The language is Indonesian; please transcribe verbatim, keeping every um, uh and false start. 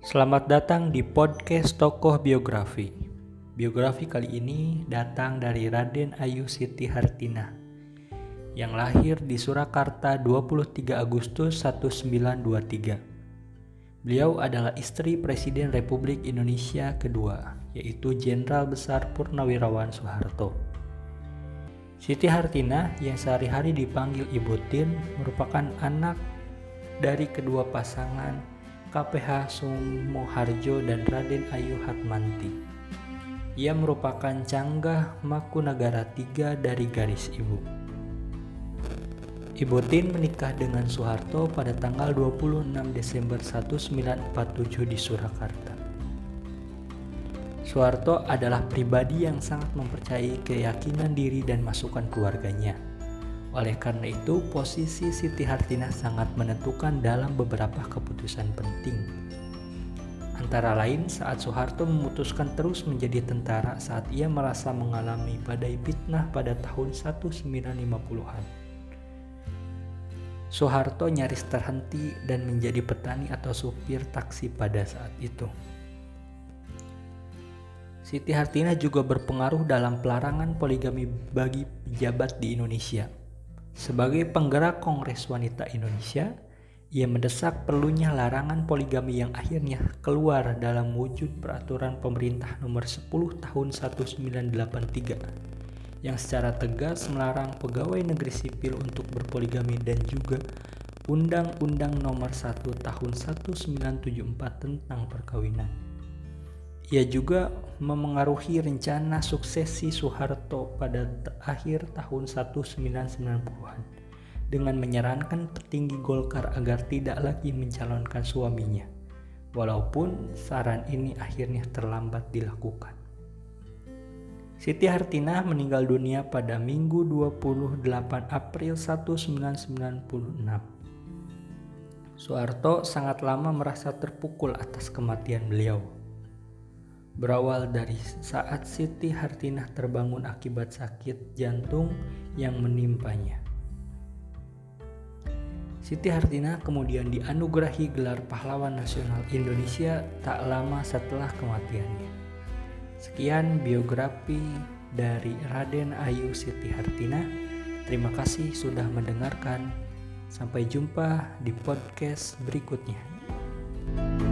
Selamat datang di podcast Tokoh Biografi. Biografi kali ini datang dari Raden Ayu Siti Hartinah yang lahir di Surakarta dua puluh tiga Agustus seribu sembilan ratus dua puluh tiga. Beliau adalah istri Presiden Republik Indonesia kedua, yaitu Jenderal Besar Purnawirawan Soeharto. Siti Hartinah yang sehari-hari dipanggil Ibu Tin merupakan anak dari kedua pasangan K P H Sumoharjo dan Raden Ayu Hatmanti. Ia merupakan canggah Mangkunagara tiga dari garis ibu. Ibu Tin menikah dengan Soeharto pada tanggal dua puluh enam Desember seribu sembilan ratus empat puluh tujuh di Surakarta. Soeharto adalah pribadi yang sangat mempercayai keyakinan diri dan masukan keluarganya. Oleh karena itu, posisi Siti Hartinah sangat menentukan dalam beberapa keputusan penting. Antara lain saat Soeharto memutuskan terus menjadi tentara saat ia merasa mengalami badai fitnah pada tahun seribu sembilan ratus lima puluhan. Soeharto nyaris terhenti dan menjadi petani atau supir taksi pada saat itu. Siti Hartinah juga berpengaruh dalam pelarangan poligami bagi pejabat di Indonesia. Sebagai penggerak Kongres Wanita Indonesia, ia mendesak perlunya larangan poligami yang akhirnya keluar dalam wujud peraturan pemerintah nomor sepuluh tahun seribu sembilan ratus delapan puluh tiga yang secara tegas melarang pegawai negeri sipil untuk berpoligami dan juga Undang-Undang nomor satu tahun seribu sembilan ratus tujuh puluh empat tentang perkawinan. Ia juga memengaruhi rencana suksesi Soeharto pada akhir tahun seribu sembilan ratus sembilan puluhan dengan menyarankan petinggi Golkar agar tidak lagi mencalonkan suaminya, walaupun saran ini akhirnya terlambat dilakukan. Siti Hartinah meninggal dunia pada Minggu dua puluh delapan April seribu sembilan ratus sembilan puluh enam. Soeharto sangat lama merasa terpukul atas kematian beliau. Berawal dari saat Siti Hartinah terbangun akibat sakit jantung yang menimpanya. Siti Hartinah kemudian dianugerahi gelar Pahlawan Nasional Indonesia tak lama setelah kematiannya. Sekian biografi dari Raden Ayu Siti Hartinah. Terima kasih sudah mendengarkan. Sampai jumpa di podcast berikutnya.